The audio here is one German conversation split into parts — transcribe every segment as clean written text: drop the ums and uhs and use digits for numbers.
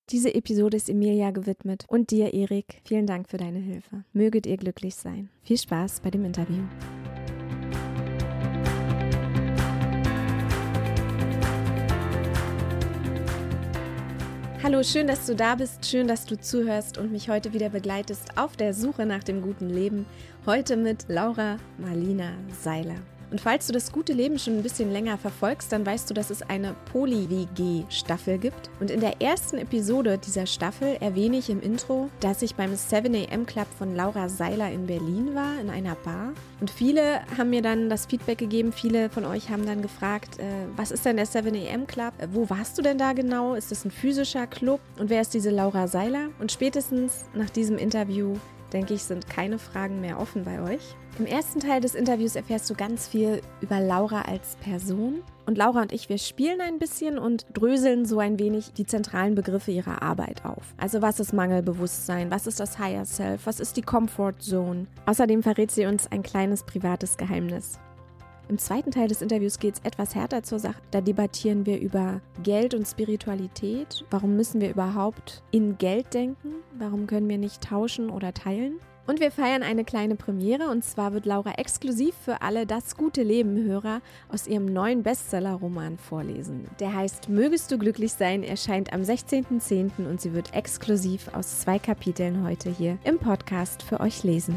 Diese Episode ist Emilia gewidmet und dir, Erik. Vielen Dank für deine Hilfe. Möget ihr glücklich sein. Viel Spaß bei dem Interview. Hallo, schön, dass du da bist, schön, dass du zuhörst und mich heute wieder begleitest auf der Suche nach dem guten Leben. Heute mit Laura Marlina Seiler. Und falls du das gute Leben schon ein bisschen länger verfolgst, dann weißt du, dass es eine Poly-WG-Staffel gibt. Und in der ersten Episode dieser Staffel erwähne ich im Intro, dass ich beim 7am Club von Laura Seiler in Berlin war, in einer Bar. Und viele haben mir dann das Feedback gegeben, viele von euch haben dann gefragt, was ist denn der 7am Club? Wo warst du denn da genau? Ist das ein physischer Club? Und wer ist diese Laura Seiler? Und spätestens nach diesem Interview denke ich, sind keine Fragen mehr offen bei euch. Im ersten Teil des Interviews erfährst du ganz viel über Laura als Person. Und Laura und ich, wir spielen ein bisschen und dröseln so ein wenig die zentralen Begriffe ihrer Arbeit auf. Also was ist Mangelbewusstsein? Was ist das Higher Self? Was ist die Comfort Zone? Außerdem verrät sie uns ein kleines privates Geheimnis. Im zweiten Teil des Interviews geht es etwas härter zur Sache. Da debattieren wir über Geld und Spiritualität. Warum müssen wir überhaupt in Geld denken? Warum können wir nicht tauschen oder teilen? Und wir feiern eine kleine Premiere, und zwar wird Laura exklusiv für alle Das gute Leben-Hörer aus ihrem neuen Bestseller-Roman vorlesen. Der heißt Mögest du glücklich sein, erscheint am 16.10. und sie wird exklusiv aus 2 Kapiteln heute hier im Podcast für euch lesen.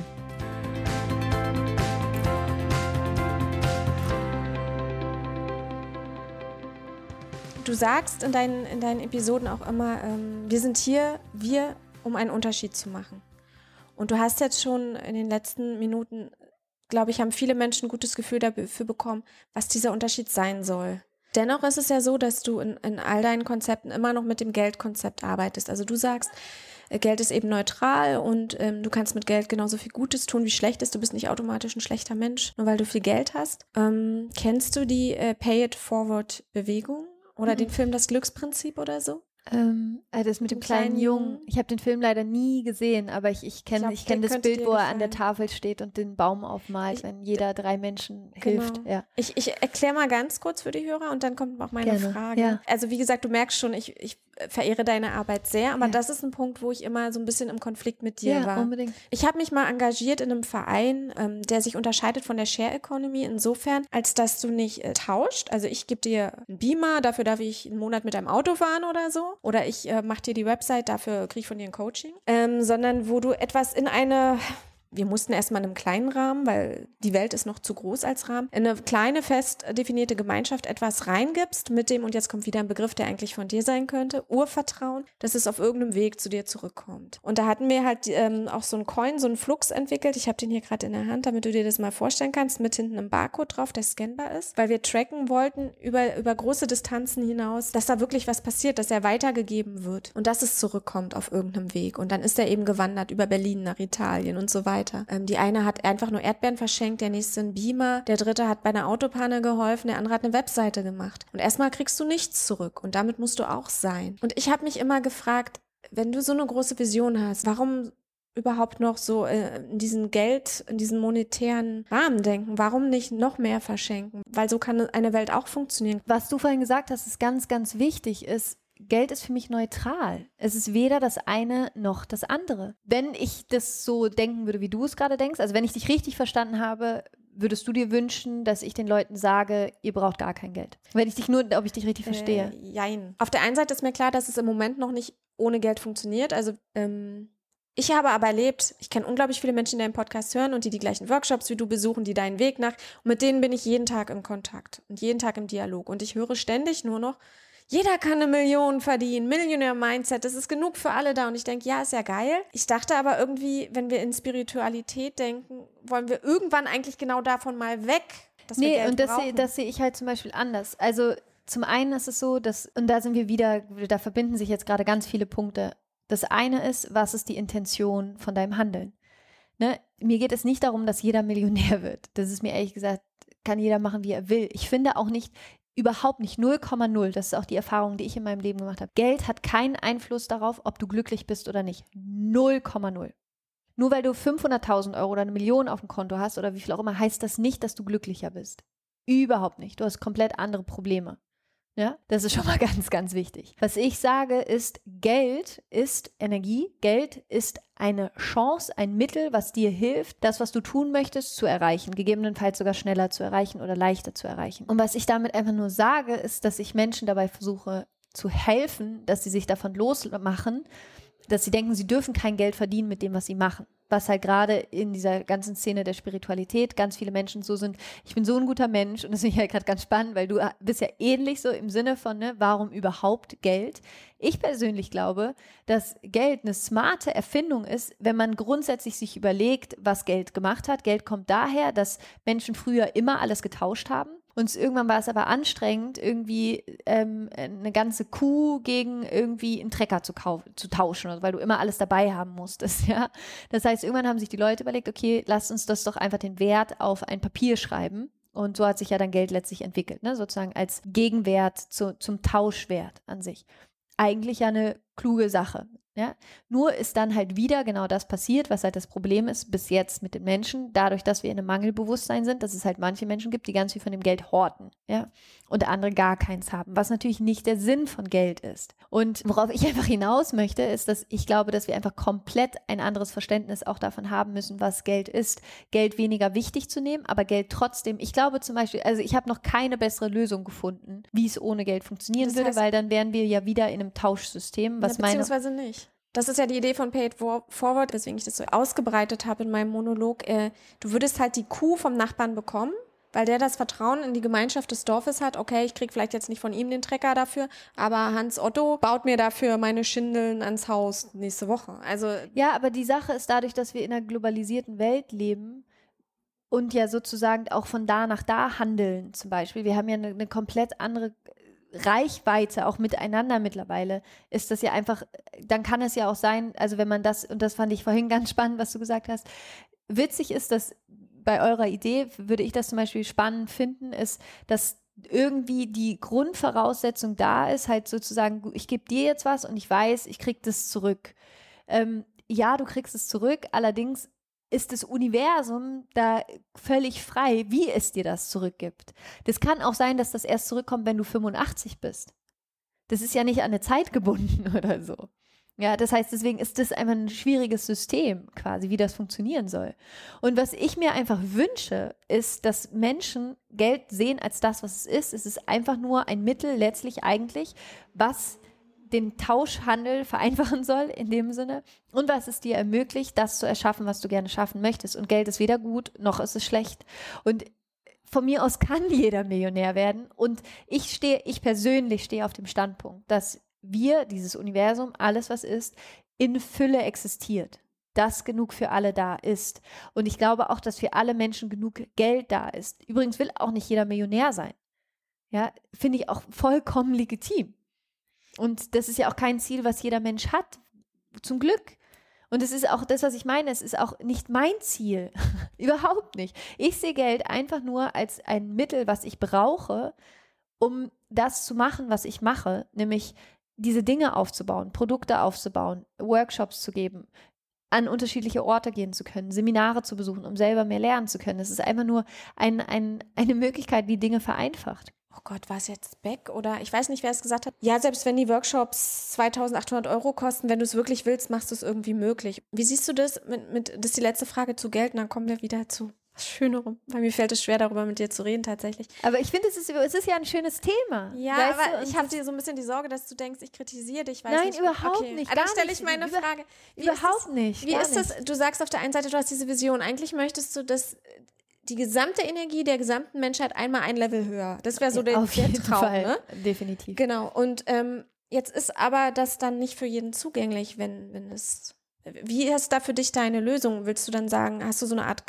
Du sagst in deinen Episoden auch immer, wir sind hier, um einen Unterschied zu machen. Und du hast jetzt schon in den letzten Minuten, glaube ich, haben viele Menschen ein gutes Gefühl dafür bekommen, was dieser Unterschied sein soll. Dennoch ist es ja so, dass du in all deinen Konzepten immer noch mit dem Geldkonzept arbeitest. Also du sagst, Geld ist eben neutral und du kannst mit Geld genauso viel Gutes tun wie Schlechtes. Du bist nicht automatisch ein schlechter Mensch, nur weil du viel Geld hast. Kennst du die Pay-it-forward-Bewegung oder den Film Das Glücksprinzip oder so? Das mit dem kleinen Jungen. Ich habe den Film leider nie gesehen, aber ich kenne das Bild, wo er an der Tafel steht und den Baum aufmalt, wenn jeder 3 Menschen hilft. Ja. Ich erkläre mal ganz kurz für die Hörer und dann kommt auch meine Frage. Ja. Also wie gesagt, du merkst schon, ich verehre deine Arbeit sehr, aber das ist ein Punkt, wo ich immer so ein bisschen im Konflikt mit dir war. Unbedingt. Ich habe mich mal engagiert in einem Verein, der sich unterscheidet von der Share Economy insofern, als dass du nicht tauscht. Also ich gebe dir einen Beamer, dafür darf ich einen Monat mit deinem Auto fahren oder so. Oder ich mache dir die Website, dafür kriege ich von dir ein Coaching. Sondern wo du etwas wir mussten erstmal in einem kleinen Rahmen, weil die Welt ist noch zu groß als Rahmen, in eine kleine, fest definierte Gemeinschaft etwas reingibst mit dem, und jetzt kommt wieder ein Begriff, der eigentlich von dir sein könnte, Urvertrauen, dass es auf irgendeinem Weg zu dir zurückkommt. Und da hatten wir halt auch so einen Coin, so einen Flux entwickelt. Ich habe den hier gerade in der Hand, damit du dir das mal vorstellen kannst, mit hinten einem Barcode drauf, der scannbar ist, weil wir tracken wollten über große Distanzen hinaus, dass da wirklich was passiert, dass er weitergegeben wird und dass es zurückkommt auf irgendeinem Weg. Und dann ist er eben gewandert über Berlin nach Italien und so weiter. Die eine hat einfach nur Erdbeeren verschenkt, der nächste einen Beamer, der dritte hat bei einer Autopanne geholfen, der andere hat eine Webseite gemacht. Und erstmal kriegst du nichts zurück und damit musst du auch sein. Und ich habe mich immer gefragt, wenn du so eine große Vision hast, warum überhaupt noch so in diesen monetären Rahmen denken? Warum nicht noch mehr verschenken? Weil so kann eine Welt auch funktionieren. Was du vorhin gesagt hast, ist ganz, ganz wichtig, ist, Geld ist für mich neutral. Es ist weder das eine noch das andere. Wenn ich das so denken würde, wie du es gerade denkst, also wenn ich dich richtig verstanden habe, würdest du dir wünschen, dass ich den Leuten sage, ihr braucht gar kein Geld? Ob ich dich richtig verstehe. Jein. Auf der einen Seite ist mir klar, dass es im Moment noch nicht ohne Geld funktioniert. Also ich habe aber erlebt, ich kenne unglaublich viele Menschen, die deinen Podcast hören und die gleichen Workshops wie du besuchen, die deinen Weg nach. Und mit denen bin ich jeden Tag im Kontakt und jeden Tag im Dialog. Und ich höre ständig nur noch, jeder kann 1 Million verdienen, Millionär-Mindset, das ist genug für alle da. Und ich denke, ja, ist ja geil. Ich dachte aber irgendwie, wenn wir in Spiritualität denken, wollen wir irgendwann eigentlich genau davon mal weg, dass wir Geld brauchen. Das sehe ich halt zum Beispiel anders. Also zum einen ist es so, und da sind wir wieder, da verbinden sich jetzt gerade ganz viele Punkte. Das eine ist, was ist die Intention von deinem Handeln? Ne? Mir geht es nicht darum, dass jeder Millionär wird. Das ist mir ehrlich gesagt, kann jeder machen, wie er will. Ich finde auch nicht, überhaupt nicht, 0,0. Das ist auch die Erfahrung, die ich in meinem Leben gemacht habe. Geld hat keinen Einfluss darauf, ob du glücklich bist oder nicht. 0,0. Nur weil du 500.000 Euro oder 1 Million auf dem Konto hast oder wie viel auch immer, heißt das nicht, dass du glücklicher bist. Überhaupt nicht. Du hast komplett andere Probleme. Ja, das ist schon mal ganz, ganz wichtig. Was ich sage ist, Geld ist Energie. Geld ist eine Chance, ein Mittel, was dir hilft, das, was du tun möchtest, zu erreichen. Gegebenenfalls sogar schneller zu erreichen oder leichter zu erreichen. Und was ich damit einfach nur sage, ist, dass ich Menschen dabei versuche zu helfen, dass sie sich davon losmachen, dass sie denken, sie dürfen kein Geld verdienen mit dem, was sie machen. Was halt gerade in dieser ganzen Szene der Spiritualität ganz viele Menschen so sind, ich bin so ein guter Mensch und das finde ich halt gerade ganz spannend, weil du bist ja ähnlich so im Sinne von, ne, warum überhaupt Geld? Ich persönlich glaube, dass Geld eine smarte Erfindung ist, wenn man grundsätzlich sich überlegt, was Geld gemacht hat. Geld kommt daher, dass Menschen früher immer alles getauscht haben. Und irgendwann war es aber anstrengend, irgendwie eine ganze Kuh gegen irgendwie einen Trecker zu tauschen, weil du immer alles dabei haben musstest, ja. Das heißt, irgendwann haben sich die Leute überlegt, okay, lass uns das doch einfach den Wert auf ein Papier schreiben. Und so hat sich ja dann Geld letztlich entwickelt, ne? Sozusagen als Gegenwert zum Tauschwert an sich. Eigentlich ja eine kluge Sache. Ja? Nur ist dann halt wieder genau das passiert, was halt das Problem ist bis jetzt mit den Menschen, dadurch, dass wir in einem Mangelbewusstsein sind, dass es halt manche Menschen gibt, die ganz viel von dem Geld horten, ja, und andere gar keins haben, was natürlich nicht der Sinn von Geld ist. Und worauf ich einfach hinaus möchte, ist, dass ich glaube, dass wir einfach komplett ein anderes Verständnis auch davon haben müssen, was Geld ist. Geld weniger wichtig zu nehmen, aber Geld trotzdem, ich glaube zum Beispiel, also ich habe noch keine bessere Lösung gefunden, wie es ohne Geld funktionieren würde, weil dann wären wir ja wieder in einem Tauschsystem, was beziehungsweise nicht. Das ist ja die Idee von Pay It Forward, weswegen ich das so ausgebreitet habe in meinem Monolog. Du würdest halt die Kuh vom Nachbarn bekommen, weil der das Vertrauen in die Gemeinschaft des Dorfes hat. Okay, ich kriege vielleicht jetzt nicht von ihm den Trecker dafür, aber Hans Otto baut mir dafür meine Schindeln ans Haus nächste Woche. Also ja, aber die Sache ist dadurch, dass wir in einer globalisierten Welt leben und ja sozusagen auch von da nach da handeln zum Beispiel. Wir haben ja eine komplett andere Reichweite auch miteinander mittlerweile, ist das ja einfach, dann kann es ja auch sein, also wenn man das, und das fand ich vorhin ganz spannend, was du gesagt hast, witzig ist, dass bei eurer Idee, würde ich das zum Beispiel spannend finden, ist, dass irgendwie die Grundvoraussetzung da ist, halt sozusagen, ich gebe dir jetzt was und ich weiß, ich krieg das zurück. Ja, du kriegst es zurück, allerdings ist das Universum da völlig frei, wie es dir das zurückgibt. Das kann auch sein, dass das erst zurückkommt, wenn du 85 bist. Das ist ja nicht an eine Zeit gebunden oder so. Ja, das heißt, deswegen ist das einfach ein schwieriges System quasi, wie das funktionieren soll. Und was ich mir einfach wünsche, ist, dass Menschen Geld sehen als das, was es ist. Es ist einfach nur ein Mittel letztlich eigentlich, was den Tauschhandel vereinfachen soll in dem Sinne und was es dir ermöglicht, das zu erschaffen, was du gerne schaffen möchtest. Und Geld ist weder gut, noch ist es schlecht. Und von mir aus kann jeder Millionär werden. Und ich persönlich stehe auf dem Standpunkt, dass wir, dieses Universum, alles was ist, in Fülle existiert. Dass genug für alle da ist. Und ich glaube auch, dass für alle Menschen genug Geld da ist. Übrigens will auch nicht jeder Millionär sein. Ja, finde ich auch vollkommen legitim. Und das ist ja auch kein Ziel, was jeder Mensch hat. Zum Glück. Und es ist auch das, was ich meine, es ist auch nicht mein Ziel. Überhaupt nicht. Ich sehe Geld einfach nur als ein Mittel, was ich brauche, um das zu machen, was ich mache. Nämlich diese Dinge aufzubauen, Produkte aufzubauen, Workshops zu geben, an unterschiedliche Orte gehen zu können, Seminare zu besuchen, um selber mehr lernen zu können. Es ist einfach nur eine Möglichkeit, die Dinge vereinfacht. Oh Gott, war es jetzt Beck oder ich weiß nicht, wer es gesagt hat. Ja, selbst wenn die Workshops 2.800 € kosten, wenn du es wirklich willst, machst du es irgendwie möglich. Wie siehst du das? Das ist die letzte Frage zu Geld und dann kommen wir wieder zu was Schönerem. Weil mir fällt es schwer, darüber mit dir zu reden tatsächlich. Aber ich finde, es ist ja ein schönes Thema. Ja, aber ich habe dir so ein bisschen die Sorge, dass du denkst, ich kritisiere dich. Nein, überhaupt nicht. Dann stelle ich meine Frage. Überhaupt nicht. Wie ist das? Du sagst auf der einen Seite, du hast diese Vision. Eigentlich möchtest du, dass die gesamte Energie der gesamten Menschheit einmal ein Level höher. Das wäre so der Traum, Fall. Ne? Definitiv. Genau. Und jetzt ist aber das dann nicht für jeden zugänglich, wenn es. Wie ist da für dich deine Lösung? Willst du dann sagen, hast du so eine Art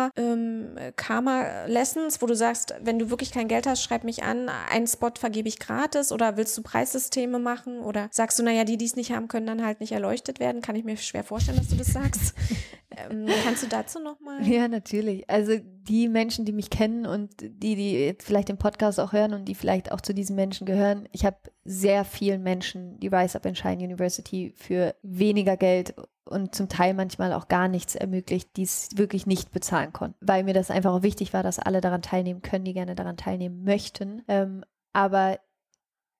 Karma-Lessons, wo du sagst, wenn du wirklich kein Geld hast, schreib mich an, einen Spot vergebe ich gratis, oder willst du Preissysteme machen, oder sagst du, naja, die es nicht haben, können dann halt nicht erleuchtet werden? Kann ich mir schwer vorstellen, dass du das sagst. Kannst du dazu nochmal? Ja, natürlich. Also die Menschen, die mich kennen und die vielleicht den Podcast auch hören und die vielleicht auch zu diesen Menschen gehören, ich habe sehr vielen Menschen die Rise Up and Shine University für weniger Geld und zum Teil manchmal auch gar nichts ermöglicht, die es wirklich nicht bezahlen konnten, weil mir das einfach auch wichtig war, dass alle daran teilnehmen können, die gerne daran teilnehmen möchten. Aber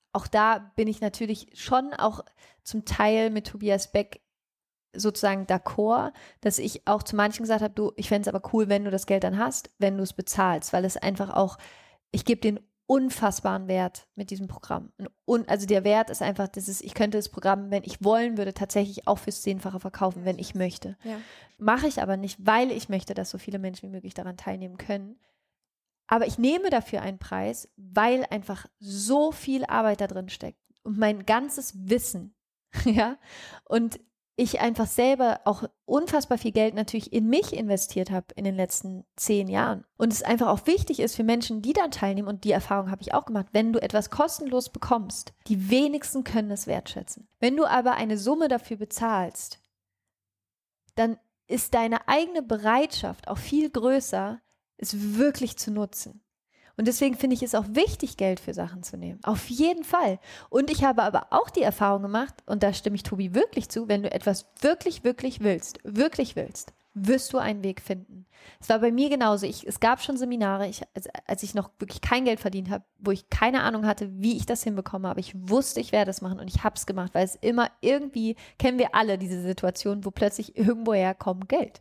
auch da bin ich natürlich schon auch zum Teil mit Tobias Beck sozusagen d'accord, dass ich auch zu manchen gesagt habe, du, ich fände es aber cool, wenn du das Geld dann hast, wenn du es bezahlst, weil es einfach auch, ich gebe den unfassbaren Wert mit diesem Programm. Also der Wert ist einfach, ich könnte das Programm, wenn ich wollen würde, tatsächlich auch fürs 10-fache verkaufen, wenn ich möchte. Ja. Mache ich aber nicht, weil ich möchte, dass so viele Menschen wie möglich daran teilnehmen können. Aber ich nehme dafür einen Preis, weil einfach so viel Arbeit da drin steckt und mein ganzes Wissen, ja, und ich einfach selber auch unfassbar viel Geld natürlich in mich investiert habe in den letzten 10 Jahren. Und es einfach auch wichtig ist für Menschen, die dann teilnehmen, und die Erfahrung habe ich auch gemacht, wenn du etwas kostenlos bekommst, die wenigsten können es wertschätzen. Wenn du aber eine Summe dafür bezahlst, dann ist deine eigene Bereitschaft auch viel größer, es wirklich zu nutzen. Und deswegen finde ich es auch wichtig, Geld für Sachen zu nehmen. Auf jeden Fall. Und ich habe aber auch die Erfahrung gemacht, und da stimme ich Tobi wirklich zu, wenn du etwas wirklich, wirklich willst, wirst du einen Weg finden. Es war bei mir genauso. Es gab schon Seminare, als ich noch wirklich kein Geld verdient habe, wo ich keine Ahnung hatte, wie ich das hinbekomme, aber ich wusste, ich werde es machen, und ich habe es gemacht, weil es immer irgendwie, kennen wir alle diese Situation, wo plötzlich irgendwoher kommt Geld.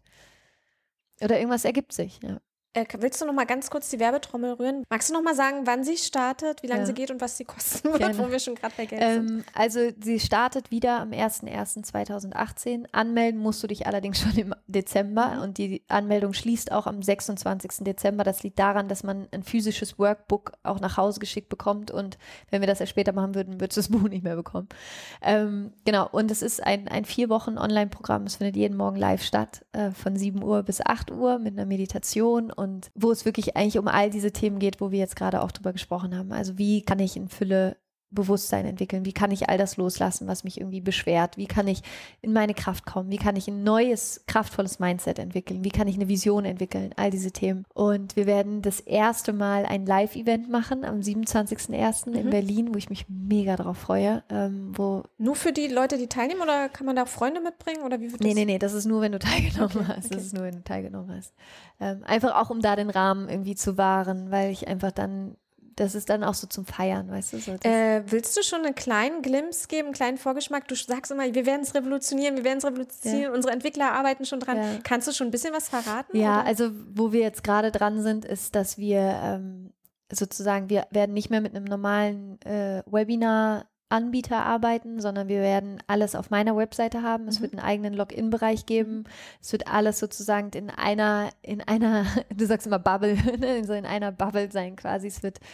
Oder irgendwas ergibt sich, ja. Willst du noch mal ganz kurz die Werbetrommel rühren? Magst du noch mal sagen, wann sie startet, wie lange sie geht und was sie kosten wird, wo wir schon gerade bei Geld sind? Also sie startet wieder am 01.01.2018. Anmelden musst du dich allerdings schon im Dezember, und die Anmeldung schließt auch am 26. Dezember. Das liegt daran, dass man ein physisches Workbook auch nach Hause geschickt bekommt, und wenn wir das erst später machen würden, würdest du das Buch nicht mehr bekommen. Genau, und es ist ein 4 Wochen Online-Programm. Es findet jeden Morgen live statt, von 7 Uhr bis 8 Uhr mit einer Meditation, und wo es wirklich eigentlich um all diese Themen geht, wo wir jetzt gerade auch drüber gesprochen haben. Also wie kann ich in Fülle Bewusstsein entwickeln? Wie kann ich all das loslassen, was mich irgendwie beschwert? Wie kann ich in meine Kraft kommen? Wie kann ich ein neues, kraftvolles Mindset entwickeln? Wie kann ich eine Vision entwickeln? All diese Themen. Und wir werden das erste Mal ein Live-Event machen am 27.01. in Berlin, wo ich mich mega drauf freue. Nur für die Leute, die teilnehmen, oder kann man da auch Freunde mitbringen? Oder wie wird das? Nee, das ist nur, wenn du teilgenommen hast. Okay. Das ist nur, wenn du teilgenommen hast. Einfach auch, um da den Rahmen irgendwie zu wahren, weil ich einfach dann, das ist dann auch so zum Feiern, weißt du? So, willst du schon einen kleinen Glimpse geben, einen kleinen Vorgeschmack? Du sagst immer, wir werden es revolutionieren, Ja. Unsere Entwickler arbeiten schon dran. Ja. Kannst du schon ein bisschen was verraten? Ja, oder? also wo wir jetzt gerade dran sind, ist, dass wir sozusagen, wir werden nicht mehr mit einem normalen Webinar-Anbieter arbeiten, sondern wir werden alles auf meiner Webseite haben. Es wird einen eigenen Login-Bereich geben. Es wird alles sozusagen in einer, du sagst immer Bubble, ne? So in einer Bubble sein quasi. Es wird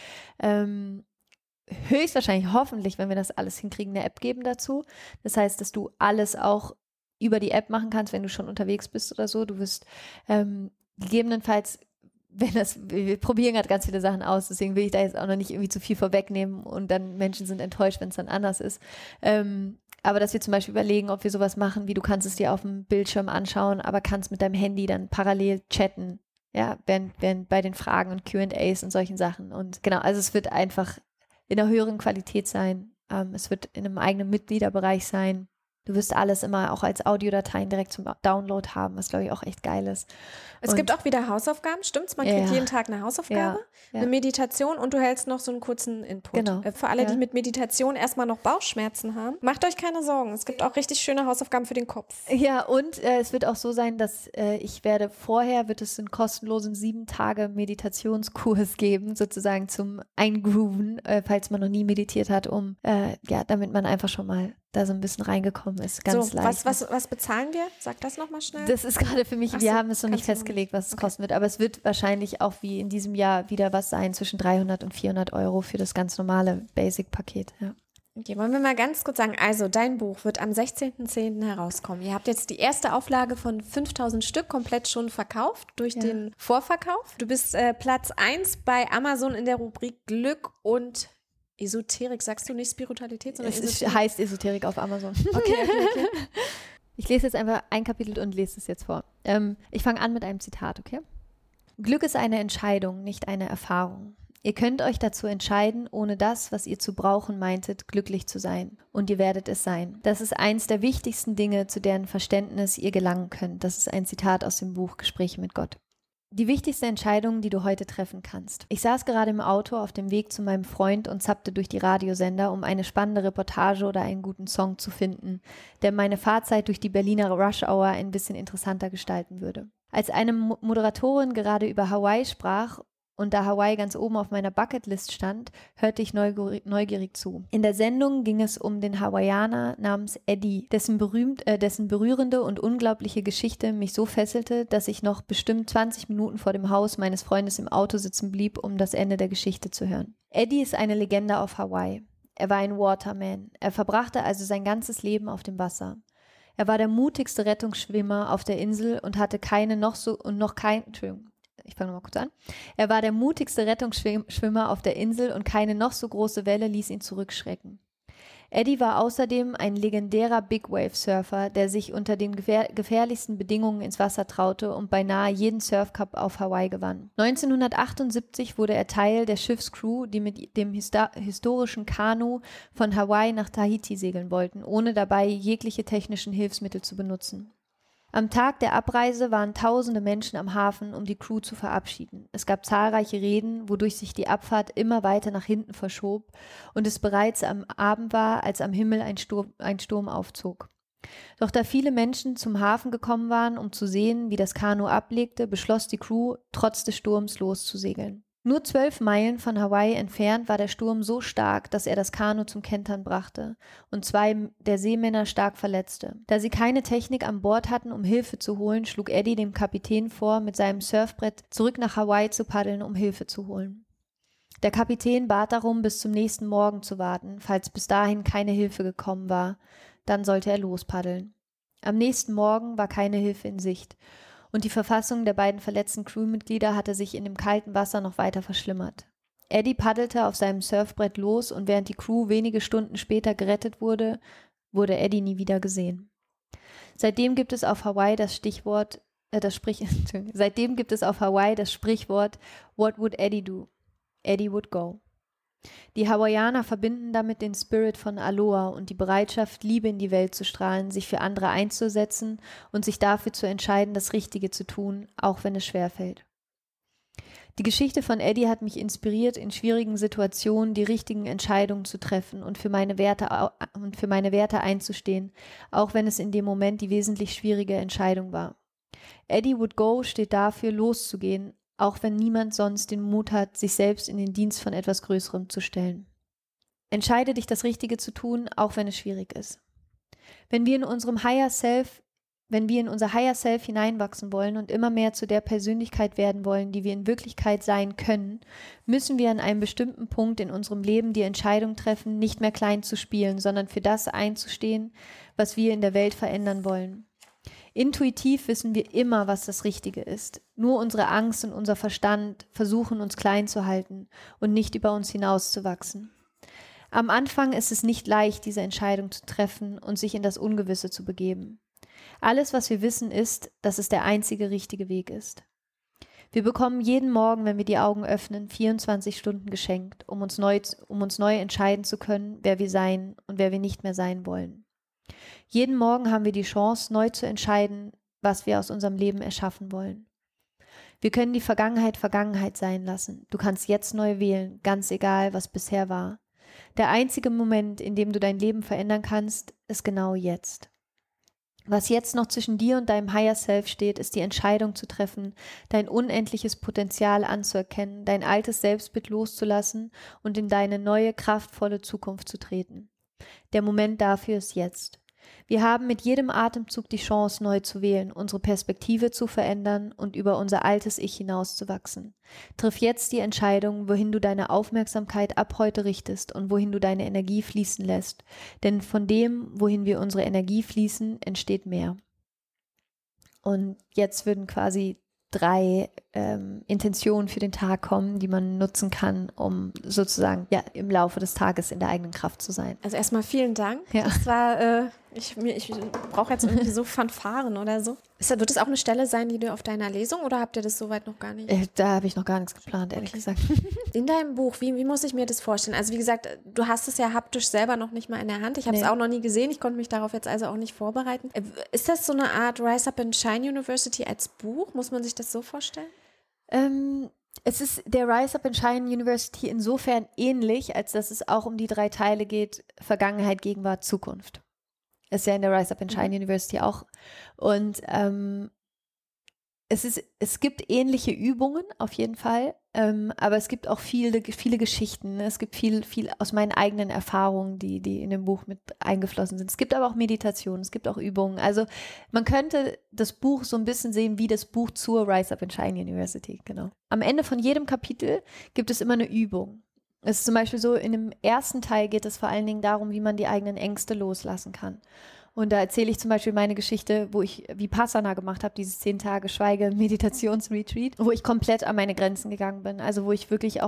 höchstwahrscheinlich, hoffentlich, wenn wir das alles hinkriegen, eine App geben dazu. Das heißt, dass du alles auch über die App machen kannst, wenn du schon unterwegs bist oder so. Du wirst gegebenenfalls, wir probieren gerade ganz viele Sachen aus, deswegen will ich da jetzt auch noch nicht irgendwie zu viel vorwegnehmen, und dann Menschen sind enttäuscht, wenn es dann anders ist. Aber dass wir zum Beispiel überlegen, ob wir sowas machen, wie du kannst es dir auf dem Bildschirm anschauen, aber kannst mit deinem Handy dann parallel chatten, ja, während bei den Fragen und Q&As und solchen Sachen. Und genau, also es wird einfach in einer höheren Qualität sein. Es wird in einem eigenen Mitgliederbereich sein. Du wirst alles immer auch als Audiodateien direkt zum Download haben, was, glaube ich, auch echt geil ist. Es gibt auch wieder Hausaufgaben, stimmt's? Man kriegt jeden Tag eine Hausaufgabe, eine Meditation, und du hältst noch so einen kurzen Input. Genau. Für alle, die mit Meditation erstmal noch Bauchschmerzen haben, macht euch keine Sorgen. Es gibt auch richtig schöne Hausaufgaben für den Kopf. Ja, und es wird auch so sein, dass wird es einen kostenlosen 7-Tage-Meditationskurs geben, sozusagen zum Eingrooven, falls man noch nie meditiert hat, damit man einfach schon mal da so ein bisschen reingekommen ist, ganz so, leicht. Was bezahlen wir? Sag das nochmal schnell. Das ist gerade für mich, wir haben es noch nicht festgelegt, was es kosten wird, aber es wird wahrscheinlich auch wie in diesem Jahr wieder was sein zwischen 300 und 400 Euro für das ganz normale Basic-Paket. Ja. Okay, wollen wir mal ganz kurz sagen, also dein Buch wird am 16.10. herauskommen. Ihr habt jetzt die erste Auflage von 5.000 Stück komplett schon verkauft durch den Vorverkauf. Du bist Platz 1 bei Amazon in der Rubrik Glück und Esoterik. Sagst du nicht Spiritualität, sondern Esoterik? Heißt Esoterik auf Amazon. Okay. Ich lese jetzt einfach ein Kapitel und lese es jetzt vor. Ich fange an mit einem Zitat, okay? Glück ist eine Entscheidung, nicht eine Erfahrung. Ihr könnt euch dazu entscheiden, ohne das, was ihr zu brauchen meintet, glücklich zu sein. Und ihr werdet es sein. Das ist eins der wichtigsten Dinge, zu deren Verständnis ihr gelangen könnt. Das ist ein Zitat aus dem Buch Gespräche mit Gott. Die wichtigste Entscheidung, die du heute treffen kannst. Ich saß gerade im Auto auf dem Weg zu meinem Freund und zappte durch die Radiosender, um eine spannende Reportage oder einen guten Song zu finden, der meine Fahrzeit durch die Berliner Rush Hour ein bisschen interessanter gestalten würde. Als eine Moderatorin gerade über Hawaii sprach und da Hawaii ganz oben auf meiner Bucketlist stand, hörte ich neugierig zu. In der Sendung ging es um den Hawaiianer namens Eddie, dessen berührende und unglaubliche Geschichte mich so fesselte, dass ich noch bestimmt 20 Minuten vor dem Haus meines Freundes im Auto sitzen blieb, um das Ende der Geschichte zu hören. Eddie ist eine Legende auf Hawaii. Er war ein Waterman. Er verbrachte also sein ganzes Leben auf dem Wasser. Er war der mutigste Rettungsschwimmer auf der Insel und hatte Er war der mutigste Rettungsschwimmer auf der Insel und keine noch so große Welle ließ ihn zurückschrecken. Eddie war außerdem ein legendärer Big Wave Surfer, der sich unter den gefährlichsten Bedingungen ins Wasser traute und beinahe jeden Surfcup auf Hawaii gewann. 1978 wurde er Teil der Schiffscrew, die mit dem historischen Kanu von Hawaii nach Tahiti segeln wollten, ohne dabei jegliche technischen Hilfsmittel zu benutzen. Am Tag der Abreise waren tausende Menschen am Hafen, um die Crew zu verabschieden. Es gab zahlreiche Reden, wodurch sich die Abfahrt immer weiter nach hinten verschob und es bereits am Abend war, als am Himmel ein Sturm aufzog. Doch da viele Menschen zum Hafen gekommen waren, um zu sehen, wie das Kanu ablegte, beschloss die Crew, trotz des Sturms loszusegeln. Nur 12 Meilen von Hawaii entfernt war der Sturm so stark, dass er das Kanu zum Kentern brachte und 2 der Seemänner stark verletzte. Da sie keine Technik an Bord hatten, um Hilfe zu holen, schlug Eddie dem Kapitän vor, mit seinem Surfbrett zurück nach Hawaii zu paddeln, um Hilfe zu holen. Der Kapitän bat darum, bis zum nächsten Morgen zu warten, falls bis dahin keine Hilfe gekommen war. Dann sollte er lospaddeln. Am nächsten Morgen war keine Hilfe in Sicht. Und die Verfassung der beiden verletzten Crewmitglieder hatte sich in dem kalten Wasser noch weiter verschlimmert. Eddie paddelte auf seinem Surfbrett los und während die Crew wenige Stunden später gerettet wurde, wurde Eddie nie wieder gesehen. Seitdem gibt es auf Hawaii das Sprichwort, What would Eddie do? Eddie would go. Die Hawaiianer verbinden damit den Spirit von Aloha und die Bereitschaft, Liebe in die Welt zu strahlen, sich für andere einzusetzen und sich dafür zu entscheiden, das Richtige zu tun, auch wenn es schwerfällt. Die Geschichte von Eddie hat mich inspiriert, in schwierigen Situationen die richtigen Entscheidungen zu treffen und für meine Werte einzustehen, auch wenn es in dem Moment die wesentlich schwierige Entscheidung war. Eddie would go steht dafür, loszugehen, auch wenn niemand sonst den Mut hat, sich selbst in den Dienst von etwas Größerem zu stellen. Entscheide dich, das Richtige zu tun, auch wenn es schwierig ist. Wenn wir in unser Higher Self hineinwachsen wollen und immer mehr zu der Persönlichkeit werden wollen, die wir in Wirklichkeit sein können, müssen wir an einem bestimmten Punkt in unserem Leben die Entscheidung treffen, nicht mehr klein zu spielen, sondern für das einzustehen, was wir in der Welt verändern wollen. Intuitiv wissen wir immer, was das Richtige ist. Nur unsere Angst und unser Verstand versuchen, uns klein zu halten und nicht über uns hinauszuwachsen. Am Anfang ist es nicht leicht, diese Entscheidung zu treffen und sich in das Ungewisse zu begeben. Alles, was wir wissen, ist, dass es der einzige richtige Weg ist. Wir bekommen jeden Morgen, wenn wir die Augen öffnen, 24 Stunden geschenkt, um uns neu entscheiden zu können, wer wir sein und wer wir nicht mehr sein wollen. Jeden Morgen haben wir die Chance, neu zu entscheiden, was wir aus unserem Leben erschaffen wollen. Wir können die Vergangenheit Vergangenheit sein lassen. Du kannst jetzt neu wählen, ganz egal, was bisher war. Der einzige Moment, in dem du dein Leben verändern kannst, ist genau jetzt. Was jetzt noch zwischen dir und deinem Higher Self steht, ist die Entscheidung zu treffen, dein unendliches Potenzial anzuerkennen, dein altes Selbstbild loszulassen und in deine neue, kraftvolle Zukunft zu treten. Der Moment dafür ist jetzt. Wir haben mit jedem Atemzug die Chance, neu zu wählen, unsere Perspektive zu verändern und über unser altes Ich hinauszuwachsen. Triff jetzt die Entscheidung, wohin du deine Aufmerksamkeit ab heute richtest und wohin du deine Energie fließen lässt. Denn von dem, wohin wir unsere Energie fließen, entsteht mehr. Und jetzt würden quasi 3 Intentionen für den Tag kommen, die man nutzen kann, um sozusagen im Laufe des Tages in der eigenen Kraft zu sein. Also erstmal vielen Dank. Ja. Das war, ich brauche jetzt irgendwie so Fanfaren oder so. Wird das auch eine Stelle sein, die du auf deiner Lesung oder habt ihr das soweit noch gar nicht? Da habe ich noch gar nichts geplant, ehrlich gesagt. In deinem Buch, wie muss ich mir das vorstellen? Also wie gesagt, du hast es ja haptisch selber noch nicht mal in der Hand. Ich habe es auch noch nie gesehen. Ich konnte mich darauf jetzt also auch nicht vorbereiten. Ist das so eine Art Rise Up and Shine University als Buch? Muss man sich das so vorstellen? Es ist der Rise Up and Shine University insofern ähnlich, als dass es auch um die 3 Teile geht: Vergangenheit, Gegenwart, Zukunft. Ist ja in der Rise Up and Shine University auch. Und es gibt ähnliche Übungen auf jeden Fall, aber es gibt auch viele Geschichten. Es gibt viel aus meinen eigenen Erfahrungen, die in dem Buch mit eingeflossen sind. Es gibt aber auch Meditationen, es gibt auch Übungen. Also man könnte das Buch so ein bisschen sehen wie das Buch zur Rise Up and Shine University, genau. Am Ende von jedem Kapitel gibt es immer eine Übung. Es ist zum Beispiel so, in dem ersten Teil geht es vor allen Dingen darum, wie man die eigenen Ängste loslassen kann. Und da erzähle ich zum Beispiel meine Geschichte, wo ich Vipassana gemacht habe, dieses 10 Tage Schweige-Meditationsretreat, wo ich komplett an meine Grenzen gegangen bin. Also wo ich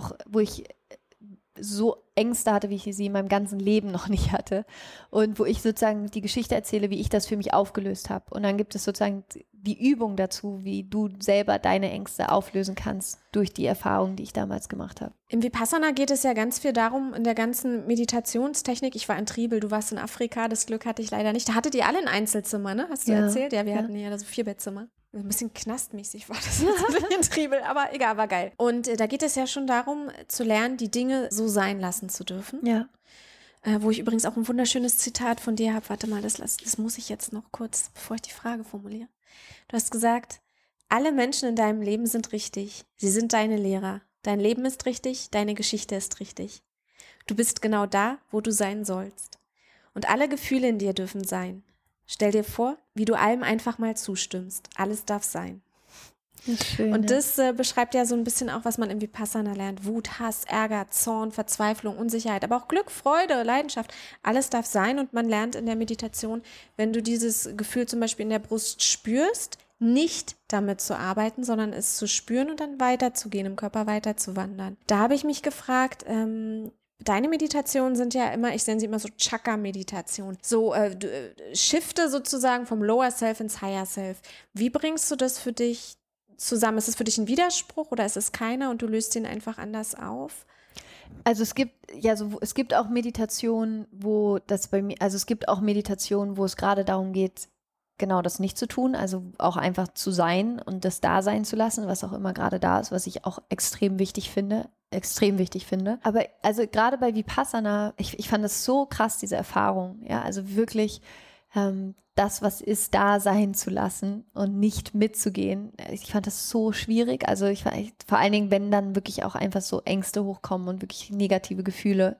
so Ängste hatte, wie ich sie in meinem ganzen Leben noch nicht hatte. Und wo ich sozusagen die Geschichte erzähle, wie ich das für mich aufgelöst habe. Und dann gibt es sozusagen die Übung dazu, wie du selber deine Ängste auflösen kannst durch die Erfahrungen, die ich damals gemacht habe. Im Vipassana geht es ja ganz viel darum, in der ganzen Meditationstechnik. Ich war in Tribel, du warst in Afrika, das Glück hatte ich leider nicht. Da hattet ihr alle ein Einzelzimmer, ne? Hast du erzählt? Ja, wir hatten ja so 4-Bettzimmer. Ein bisschen knastmäßig war das in Tribel, aber egal, war geil. Und da geht es ja schon darum, zu lernen, die Dinge so sein lassen zu dürfen. Ja. Wo ich übrigens auch ein wunderschönes Zitat von dir habe. Warte mal, das muss ich jetzt noch kurz, bevor ich die Frage formuliere. Du hast gesagt, alle Menschen in deinem Leben sind richtig. Sie sind deine Lehrer. Dein Leben ist richtig, deine Geschichte ist richtig. Du bist genau da, wo du sein sollst. Und alle Gefühle in dir dürfen sein. Stell dir vor, wie du allem einfach mal zustimmst. Alles darf sein. Das ist schön, und das beschreibt ja so ein bisschen auch, was man im Vipassana lernt. Wut, Hass, Ärger, Zorn, Verzweiflung, Unsicherheit, aber auch Glück, Freude, Leidenschaft. Alles darf sein und man lernt in der Meditation, wenn du dieses Gefühl zum Beispiel in der Brust spürst, nicht damit zu arbeiten, sondern es zu spüren und dann weiterzugehen, im Körper weiterzuwandern. Da habe ich mich gefragt, deine Meditationen sind ja immer, ich nenne sie immer so Chakra-Meditation, so Shifte sozusagen vom Lower Self ins Higher Self. Wie bringst du das für dich zusammen? Ist es für dich ein Widerspruch oder ist es keiner und du löst ihn einfach anders auf? Also es gibt auch Meditationen, wo das bei mir, also es gibt auch Meditationen, wo es gerade darum geht, genau das nicht zu tun, also auch einfach zu sein und das da sein zu lassen, was auch immer gerade da ist, was ich auch extrem wichtig finde. Aber also gerade bei Vipassana, ich fand das so krass, diese Erfahrung, ja, also wirklich das, was ist, da sein zu lassen und nicht mitzugehen. Ich fand das so schwierig, also vor allen Dingen, wenn dann wirklich auch einfach so Ängste hochkommen und wirklich negative Gefühle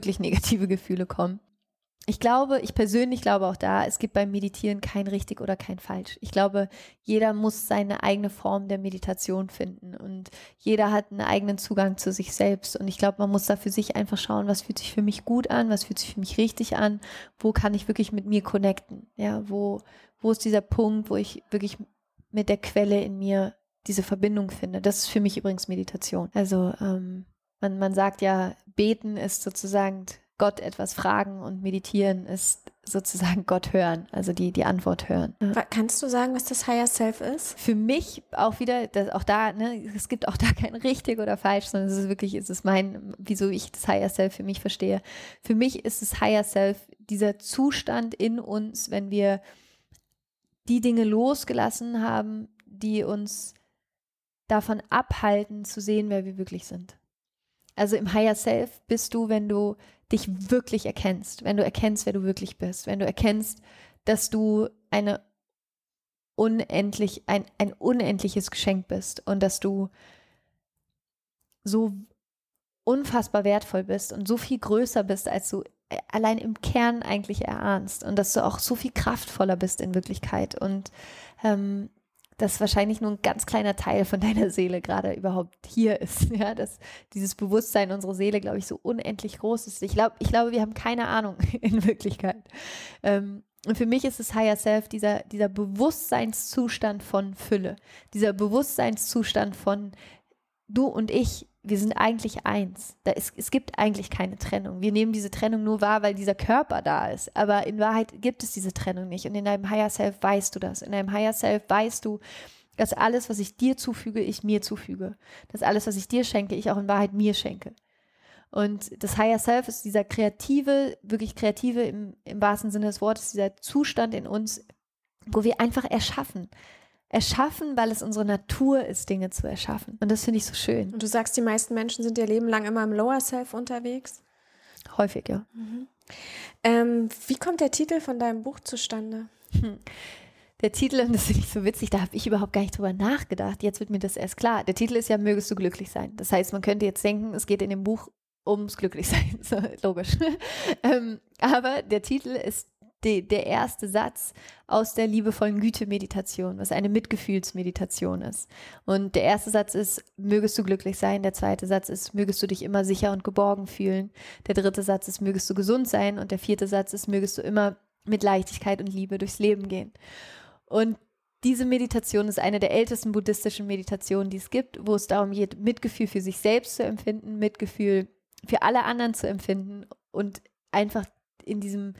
kommen. Ich persönlich glaube auch da, es gibt beim Meditieren kein richtig oder kein falsch. Ich glaube, jeder muss seine eigene Form der Meditation finden und jeder hat einen eigenen Zugang zu sich selbst und ich glaube, man muss da für sich einfach schauen, was fühlt sich für mich gut an, was fühlt sich für mich richtig an, wo kann ich wirklich mit mir connecten, ja, wo ist dieser Punkt, wo ich wirklich mit der Quelle in mir diese Verbindung finde. Das ist für mich übrigens Meditation. Also man sagt ja, beten ist sozusagen Gott etwas fragen und meditieren ist sozusagen Gott hören, also die Antwort hören. Kannst du sagen, was das Higher Self ist? Für mich auch wieder, es gibt auch da kein richtig oder falsch, sondern es ist wieso ich das Higher Self für mich verstehe. Für mich ist das Higher Self dieser Zustand in uns, wenn wir die Dinge losgelassen haben, die uns davon abhalten, zu sehen, wer wir wirklich sind. Also im Higher Self bist du, wenn du dich wirklich erkennst, wenn du erkennst, wer du wirklich bist, wenn du erkennst, dass du ein unendliches Geschenk bist und dass du so unfassbar wertvoll bist und so viel größer bist, als du allein im Kern eigentlich erahnst und dass du auch so viel kraftvoller bist in Wirklichkeit und dass wahrscheinlich nur ein ganz kleiner Teil von deiner Seele gerade überhaupt hier ist, ja, dass dieses Bewusstsein unserer Seele, glaube ich, so unendlich groß ist. Ich glaube, wir haben keine Ahnung in Wirklichkeit. Und für mich ist das Higher Self dieser Bewusstseinszustand von Fülle, dieser Bewusstseinszustand von du und ich, wir sind eigentlich eins. Es gibt eigentlich keine Trennung. Wir nehmen diese Trennung nur wahr, weil dieser Körper da ist. Aber in Wahrheit gibt es diese Trennung nicht. Und in deinem Higher Self weißt du das. In deinem Higher Self weißt du, dass alles, was ich dir zufüge, ich mir zufüge. Dass alles, was ich dir schenke, ich auch in Wahrheit mir schenke. Und das Higher Self ist dieser wirklich kreative im wahrsten Sinne des Wortes, dieser Zustand in uns, wo wir einfach erschaffen. erschaffen, weil es unsere Natur ist, Dinge zu erschaffen. Und das finde ich so schön. Und du sagst, die meisten Menschen sind ihr Leben lang immer im Lower Self unterwegs? Häufig, ja. Wie kommt der Titel von deinem Buch zustande? Der Titel, und das finde ich so witzig, da habe ich überhaupt gar nicht drüber nachgedacht. Jetzt wird mir das erst klar. Der Titel ist ja "Mögest du glücklich sein". Das heißt, man könnte jetzt denken, es geht in dem Buch ums Glücklichsein. So, logisch. Aber der Titel ist der erste Satz aus der liebevollen Güte-Meditation, was eine Mitgefühlsmeditation ist. Und der erste Satz ist, mögest du glücklich sein. Der zweite Satz ist, mögest du dich immer sicher und geborgen fühlen. Der dritte Satz ist, mögest du gesund sein. Und der vierte Satz ist, mögest du immer mit Leichtigkeit und Liebe durchs Leben gehen. Und diese Meditation ist eine der ältesten buddhistischen Meditationen, die es gibt, wo es darum geht, Mitgefühl für sich selbst zu empfinden, Mitgefühl für alle anderen zu empfinden und einfach in diesem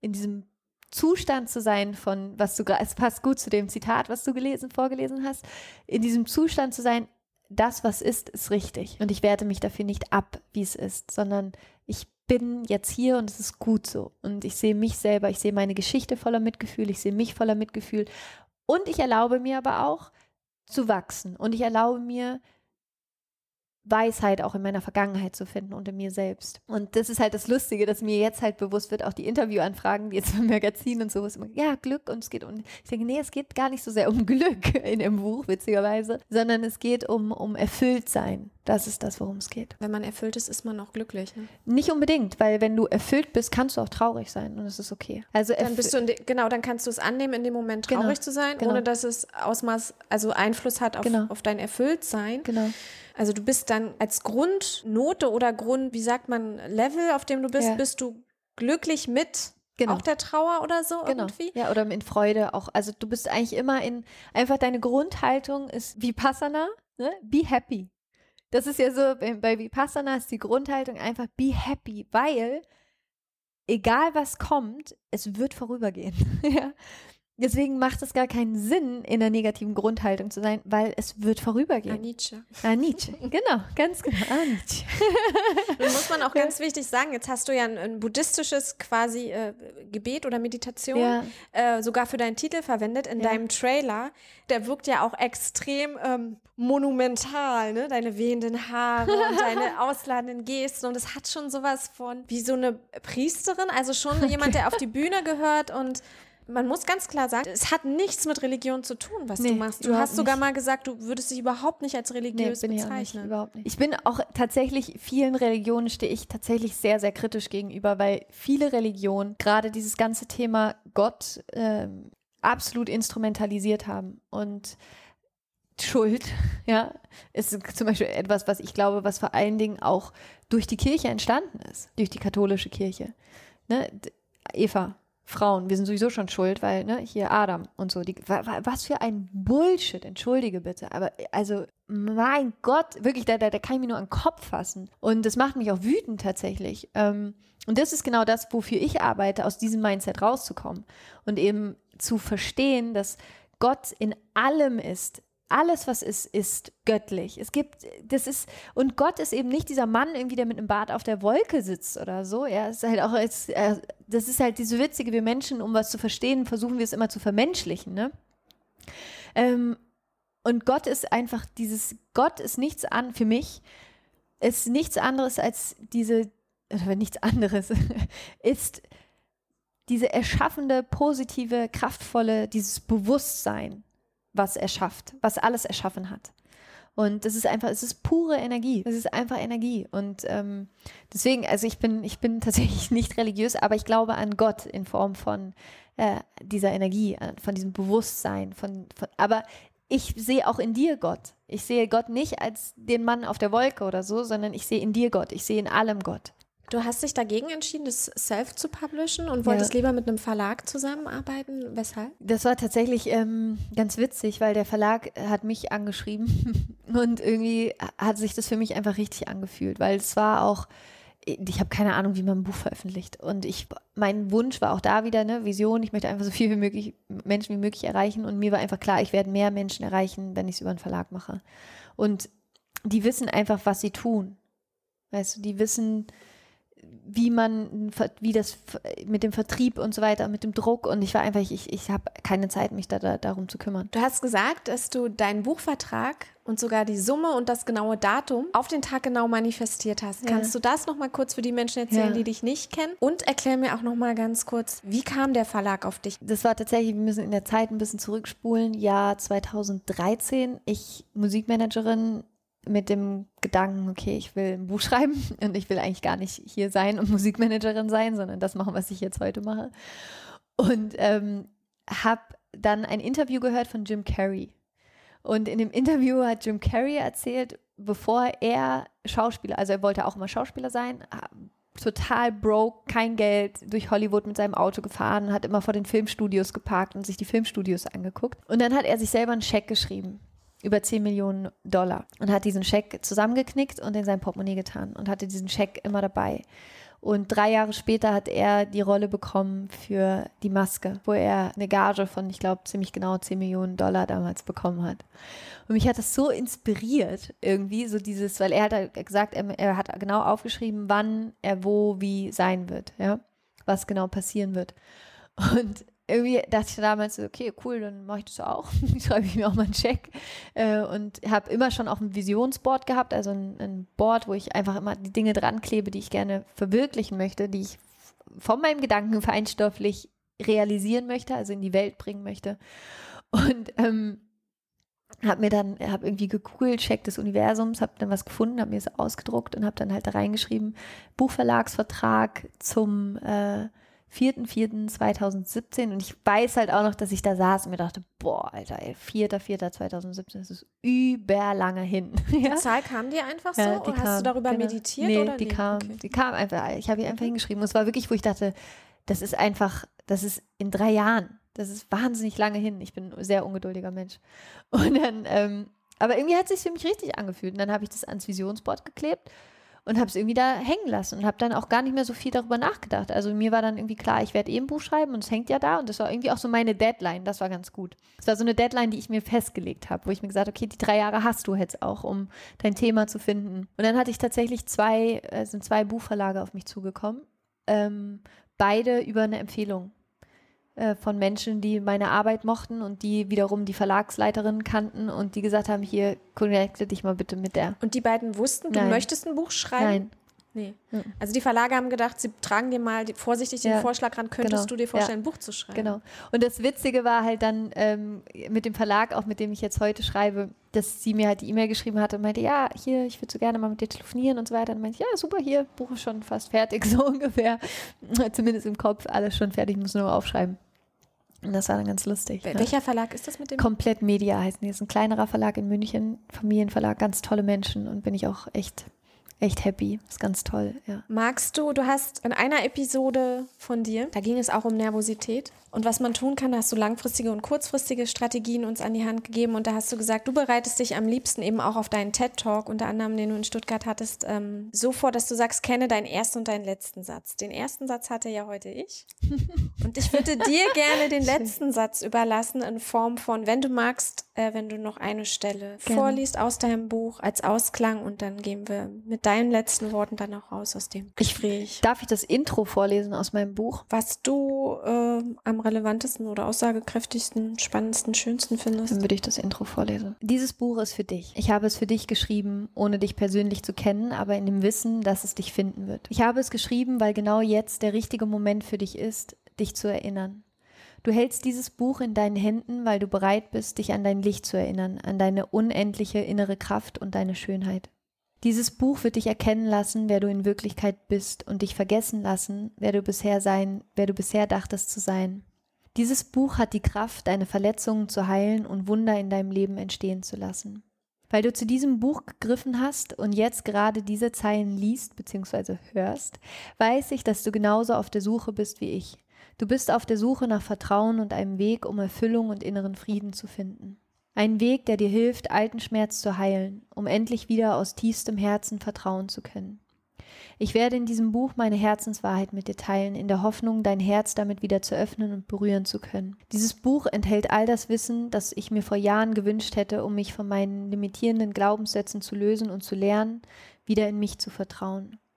Zustand zu sein von, es passt gut zu dem Zitat, was du vorgelesen hast, in diesem Zustand zu sein, das, was ist richtig. Und ich werte mich dafür nicht ab, wie es ist, sondern ich bin jetzt hier und es ist gut so. Und ich sehe mich selber, ich sehe meine Geschichte voller Mitgefühl, ich sehe mich voller Mitgefühl. Und ich erlaube mir aber auch zu wachsen. Und ich erlaube mir, Weisheit auch in meiner Vergangenheit zu finden und in mir selbst. Und das ist halt das Lustige, dass mir jetzt halt bewusst wird, auch die Interviewanfragen, die jetzt im Magazin und so, ist immer, ja, Glück und es geht um, ich denke, nee, es geht gar nicht so sehr um Glück in dem Buch, witzigerweise, sondern es geht um Erfülltsein. Das ist das, worum es geht. Wenn man erfüllt ist, ist man auch glücklich. Ne? Nicht unbedingt, weil wenn du erfüllt bist, kannst du auch traurig sein und es ist okay. Also dann bist du dann kannst du es annehmen, in dem Moment traurig zu sein, ohne dass es Einfluss hat auf dein Erfülltsein. Genau. Also du bist dann als Grundnote oder Level, auf dem du bist du glücklich mit auch der Trauer oder so irgendwie? Ja, oder in Freude auch. Also du bist eigentlich immer einfach deine Grundhaltung ist Vipassana, ne? Be happy. Das ist ja so, bei Vipassana ist die Grundhaltung einfach be happy, weil egal was kommt, es wird vorübergehen. Ja. Deswegen macht es gar keinen Sinn, in einer negativen Grundhaltung zu sein, weil es wird vorübergehen. Anicca, genau, ganz genau, Anicca. Das muss man auch ganz wichtig sagen, jetzt hast du ja ein buddhistisches quasi Gebet oder Meditation sogar für deinen Titel verwendet in deinem Trailer. Der wirkt ja auch extrem monumental, ne? Deine wehenden Haare und deine ausladenden Gesten und es hat schon sowas von wie so eine Priesterin, also schon jemand, der auf die Bühne gehört und man muss ganz klar sagen, es hat nichts mit Religion zu tun, was du machst. Du hast sogar mal gesagt, du würdest dich überhaupt nicht als religiös bezeichnen. Überhaupt nicht. Ich bin auch tatsächlich, vielen Religionen stehe ich tatsächlich sehr, sehr kritisch gegenüber, weil viele Religionen gerade dieses ganze Thema Gott absolut instrumentalisiert haben. Und Schuld, ja, ist zum Beispiel etwas, was ich glaube, was vor allen Dingen auch durch die Kirche entstanden ist, durch die katholische Kirche. Ne? Eva, Frauen, wir sind sowieso schon schuld, weil, ne, hier Adam und so, was für ein Bullshit, entschuldige bitte, aber also, mein Gott, wirklich, da kann ich mir nur an den Kopf fassen und das macht mich auch wütend tatsächlich und das ist genau das, wofür ich arbeite, aus diesem Mindset rauszukommen und eben zu verstehen, dass Gott in allem ist. Alles, was ist göttlich. Und Gott ist eben nicht dieser Mann irgendwie, der mit einem Bart auf der Wolke sitzt oder so. Er ist halt auch, das ist halt diese witzige, wir Menschen, um was zu verstehen, versuchen wir es immer zu vermenschlichen, ne? Und Gott ist einfach Gott ist für mich, ist nichts anderes als ist diese erschaffende, positive, kraftvolle, dieses Bewusstsein, was er schafft, was alles erschaffen hat. Und es ist pure Energie. Es ist einfach Energie. Und deswegen, also ich bin tatsächlich nicht religiös, aber ich glaube an Gott in Form von dieser Energie, von diesem Bewusstsein. Aber ich sehe auch in dir Gott. Ich sehe Gott nicht als den Mann auf der Wolke oder so, sondern ich sehe in dir Gott. Ich sehe in allem Gott. Du hast dich dagegen entschieden, das Self zu publishen und wolltest lieber mit einem Verlag zusammenarbeiten. Weshalb? Das war tatsächlich ganz witzig, weil der Verlag hat mich angeschrieben und irgendwie hat sich das für mich einfach richtig angefühlt, weil es war auch, ich habe keine Ahnung, wie man ein Buch veröffentlicht und mein Wunsch war auch da wieder eine Vision, ich möchte einfach so viel wie möglich Menschen wie möglich erreichen und mir war einfach klar, ich werde mehr Menschen erreichen, wenn ich es über einen Verlag mache. Und die wissen einfach, was sie tun. Weißt du, die wissen, wie das mit dem Vertrieb und so weiter, mit dem Druck, und ich war einfach, ich habe keine Zeit, mich darum zu kümmern. Du hast gesagt, dass du deinen Buchvertrag und sogar die Summe und das genaue Datum auf den Tag genau manifestiert hast. Ja. Kannst du das nochmal kurz für die Menschen erzählen, die dich nicht kennen? Und erklär mir auch nochmal ganz kurz, wie kam der Verlag auf dich? Das war tatsächlich, wir müssen in der Zeit ein bisschen zurückspulen, Jahr 2013, ich Musikmanagerin mit dem Gedanken, okay, ich will ein Buch schreiben und ich will eigentlich gar nicht hier sein und Musikmanagerin sein, sondern das machen, was ich jetzt heute mache. Und habe dann ein Interview gehört von Jim Carrey. Und in dem Interview hat Jim Carrey erzählt, bevor er Schauspieler, also er wollte auch immer Schauspieler sein, total broke, kein Geld, durch Hollywood mit seinem Auto gefahren, hat immer vor den Filmstudios geparkt und sich die Filmstudios angeguckt. Und dann hat er sich selber einen Scheck geschrieben, über 10 Millionen Dollar, und hat diesen Scheck zusammengeknickt und in sein Portemonnaie getan und hatte diesen Scheck immer dabei. Und 3 Jahre später hat er die Rolle bekommen für Die Maske, wo er eine Gage von, ich glaube, ziemlich genau 10 Millionen Dollar damals bekommen hat. Und mich hat das so inspiriert irgendwie, so dieses, weil er hat gesagt, er hat genau aufgeschrieben, wann er wo wie sein wird, ja, was genau passieren wird. Und irgendwie dachte ich damals so, okay, cool, dann mache ich das auch. Schreibe ich mir auch mal einen Check. Und habe immer schon auch ein Visionsboard gehabt, also ein Board, wo ich einfach immer die Dinge dran klebe, die ich gerne verwirklichen möchte, die ich von meinem Gedanken feinstofflich realisieren möchte, also in die Welt bringen möchte. Und habe irgendwie gegoogelt, Check des Universums, habe dann was gefunden, habe mir es ausgedruckt und habe dann halt da reingeschrieben, Buchverlagsvertrag zum 4.4.2017, und ich weiß halt auch noch, dass ich da saß und mir dachte, boah, Alter, ey, 4.4.2017, das ist überlange hin. Die Zahl kam dir einfach so? Oder hast du darüber meditiert? Nee, oder? Die kam einfach, ich habe die einfach hingeschrieben, und es war wirklich, wo ich dachte, das ist in 3 Jahren, das ist wahnsinnig lange hin, ich bin ein sehr ungeduldiger Mensch. Und dann, aber irgendwie hat es sich für mich richtig angefühlt, und dann habe ich das ans Visionsboard geklebt und habe es irgendwie da hängen lassen und habe dann auch gar nicht mehr so viel darüber nachgedacht. Also mir war dann irgendwie klar, ich werde ein Buch schreiben und es hängt ja da, und das war irgendwie auch so meine Deadline, das war ganz gut. Es war so eine Deadline, die ich mir festgelegt habe, wo ich mir gesagt habe, okay, die 3 Jahre hast du jetzt auch, um dein Thema zu finden. Und dann hatte ich tatsächlich 2 Buchverlage auf mich zugekommen, beide über eine Empfehlung von Menschen, die meine Arbeit mochten und die wiederum die Verlagsleiterin kannten und die gesagt haben, hier, connecte dich mal bitte mit der. Und die beiden wussten, du möchtest ein Buch schreiben? Nein. Nee. Also die Verlage haben gedacht, sie tragen dir mal vorsichtig den Vorschlag ran, könntest du dir vorstellen, ein Buch zu schreiben? Genau. Und das Witzige war halt dann mit dem Verlag, auch mit dem ich jetzt heute schreibe, dass sie mir halt die E-Mail geschrieben hatte und meinte, ja, hier, ich würde so gerne mal mit dir telefonieren und so weiter. Und meinte ich, ja, super, hier, Buch ist schon fast fertig, so ungefähr. Zumindest im Kopf, alles schon fertig, muss nur aufschreiben. Und das war dann ganz lustig. Welcher Verlag ist das mit dem? Komplett Media heißen die. Das ist ein kleinerer Verlag in München, Familienverlag, ganz tolle Menschen, und bin ich auch echt happy. Das ist ganz toll, ja. Magst du hast in einer Episode von dir, da ging es auch um Nervosität und was man tun kann, da hast du langfristige und kurzfristige Strategien uns an die Hand gegeben, und da hast du gesagt, du bereitest dich am liebsten eben auch auf deinen TED-Talk, unter anderem, den du in Stuttgart hattest, so vor, dass du sagst, kenne deinen ersten und deinen letzten Satz. Den ersten Satz hatte ja heute ich und ich würde dir gerne den letzten Satz überlassen in Form von, wenn du magst, wenn du noch eine Stelle vorliest aus deinem Buch als Ausklang, und dann gehen wir mit deinen letzten Worten dann auch raus aus dem Gespräch. Darf ich das Intro vorlesen aus meinem Buch? Was du am relevantesten oder aussagekräftigsten, spannendsten, schönsten findest? Dann würde ich das Intro vorlesen. Dieses Buch ist für dich. Ich habe es für dich geschrieben, ohne dich persönlich zu kennen, aber in dem Wissen, dass es dich finden wird. Ich habe es geschrieben, weil genau jetzt der richtige Moment für dich ist, dich zu erinnern. Du hältst dieses Buch in deinen Händen, weil du bereit bist, dich an dein Licht zu erinnern, an deine unendliche innere Kraft und deine Schönheit. Dieses Buch wird dich erkennen lassen, wer du in Wirklichkeit bist, und dich vergessen lassen, wer du bisher dachtest zu sein. Dieses Buch hat die Kraft, deine Verletzungen zu heilen und Wunder in deinem Leben entstehen zu lassen. Weil du zu diesem Buch gegriffen hast und jetzt gerade diese Zeilen liest bzw. hörst, weiß ich, dass du genauso auf der Suche bist wie ich. Du bist auf der Suche nach Vertrauen und einem Weg, um Erfüllung und inneren Frieden zu finden. Ein Weg, der dir hilft, alten Schmerz zu heilen, um endlich wieder aus tiefstem Herzen vertrauen zu können. Ich werde in diesem Buch meine Herzenswahrheit mit dir teilen, in der Hoffnung, dein Herz damit wieder zu öffnen und berühren zu können. Dieses Buch enthält all das Wissen, das ich mir vor Jahren gewünscht hätte, um mich von meinen limitierenden Glaubenssätzen zu lösen und zu lernen, wieder in mich zu vertrauen.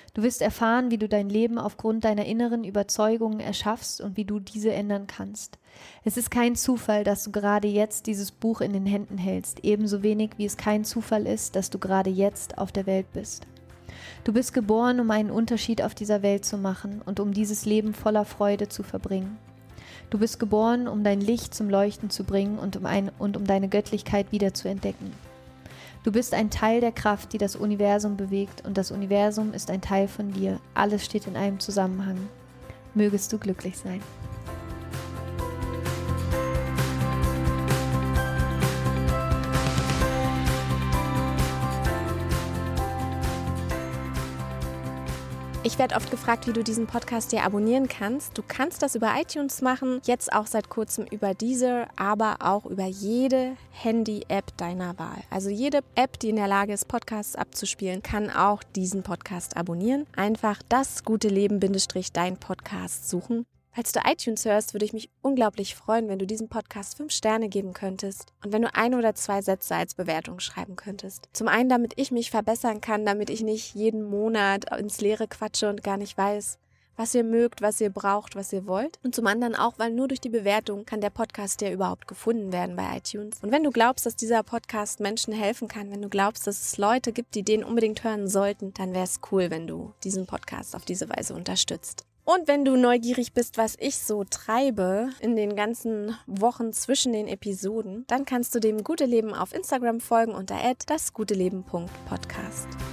Du wirst erfahren, wie du dein Leben aufgrund deiner inneren Überzeugungen erschaffst und wie du diese ändern kannst. Es ist kein Zufall, dass du gerade jetzt dieses Buch in den Händen hältst, ebenso wenig wie es kein Zufall ist, dass du gerade jetzt auf der Welt bist. Du bist geboren, um einen Unterschied auf dieser Welt zu machen und um dieses Leben voller Freude zu verbringen. Du bist geboren, um dein Licht zum Leuchten zu bringen und um deine Göttlichkeit wiederzuentdecken. Du bist ein Teil der Kraft, die das Universum bewegt, und das Universum ist ein Teil von dir. Alles steht in einem Zusammenhang. Mögest du glücklich sein. Ich werde oft gefragt, wie du diesen Podcast dir abonnieren kannst. Du kannst das über iTunes machen, jetzt auch seit kurzem über Deezer, aber auch über jede Handy-App deiner Wahl. Also jede App, die in der Lage ist, Podcasts abzuspielen, kann auch diesen Podcast abonnieren. Einfach das gute Leben-dein Podcast suchen. Falls du iTunes hörst, würde ich mich unglaublich freuen, wenn du diesem Podcast 5 Sterne geben könntest und wenn du 1 oder 2 Sätze als Bewertung schreiben könntest. Zum einen, damit ich mich verbessern kann, damit ich nicht jeden Monat ins Leere quatsche und gar nicht weiß, was ihr mögt, was ihr braucht, was ihr wollt. Und zum anderen auch, weil nur durch die Bewertung kann der Podcast ja überhaupt gefunden werden bei iTunes. Und wenn du glaubst, dass dieser Podcast Menschen helfen kann, wenn du glaubst, dass es Leute gibt, die den unbedingt hören sollten, dann wäre es cool, wenn du diesen Podcast auf diese Weise unterstützt. Und wenn du neugierig bist, was ich so treibe in den ganzen Wochen zwischen den Episoden, dann kannst du dem Gute Leben auf Instagram folgen unter @dasguteleben.podcast.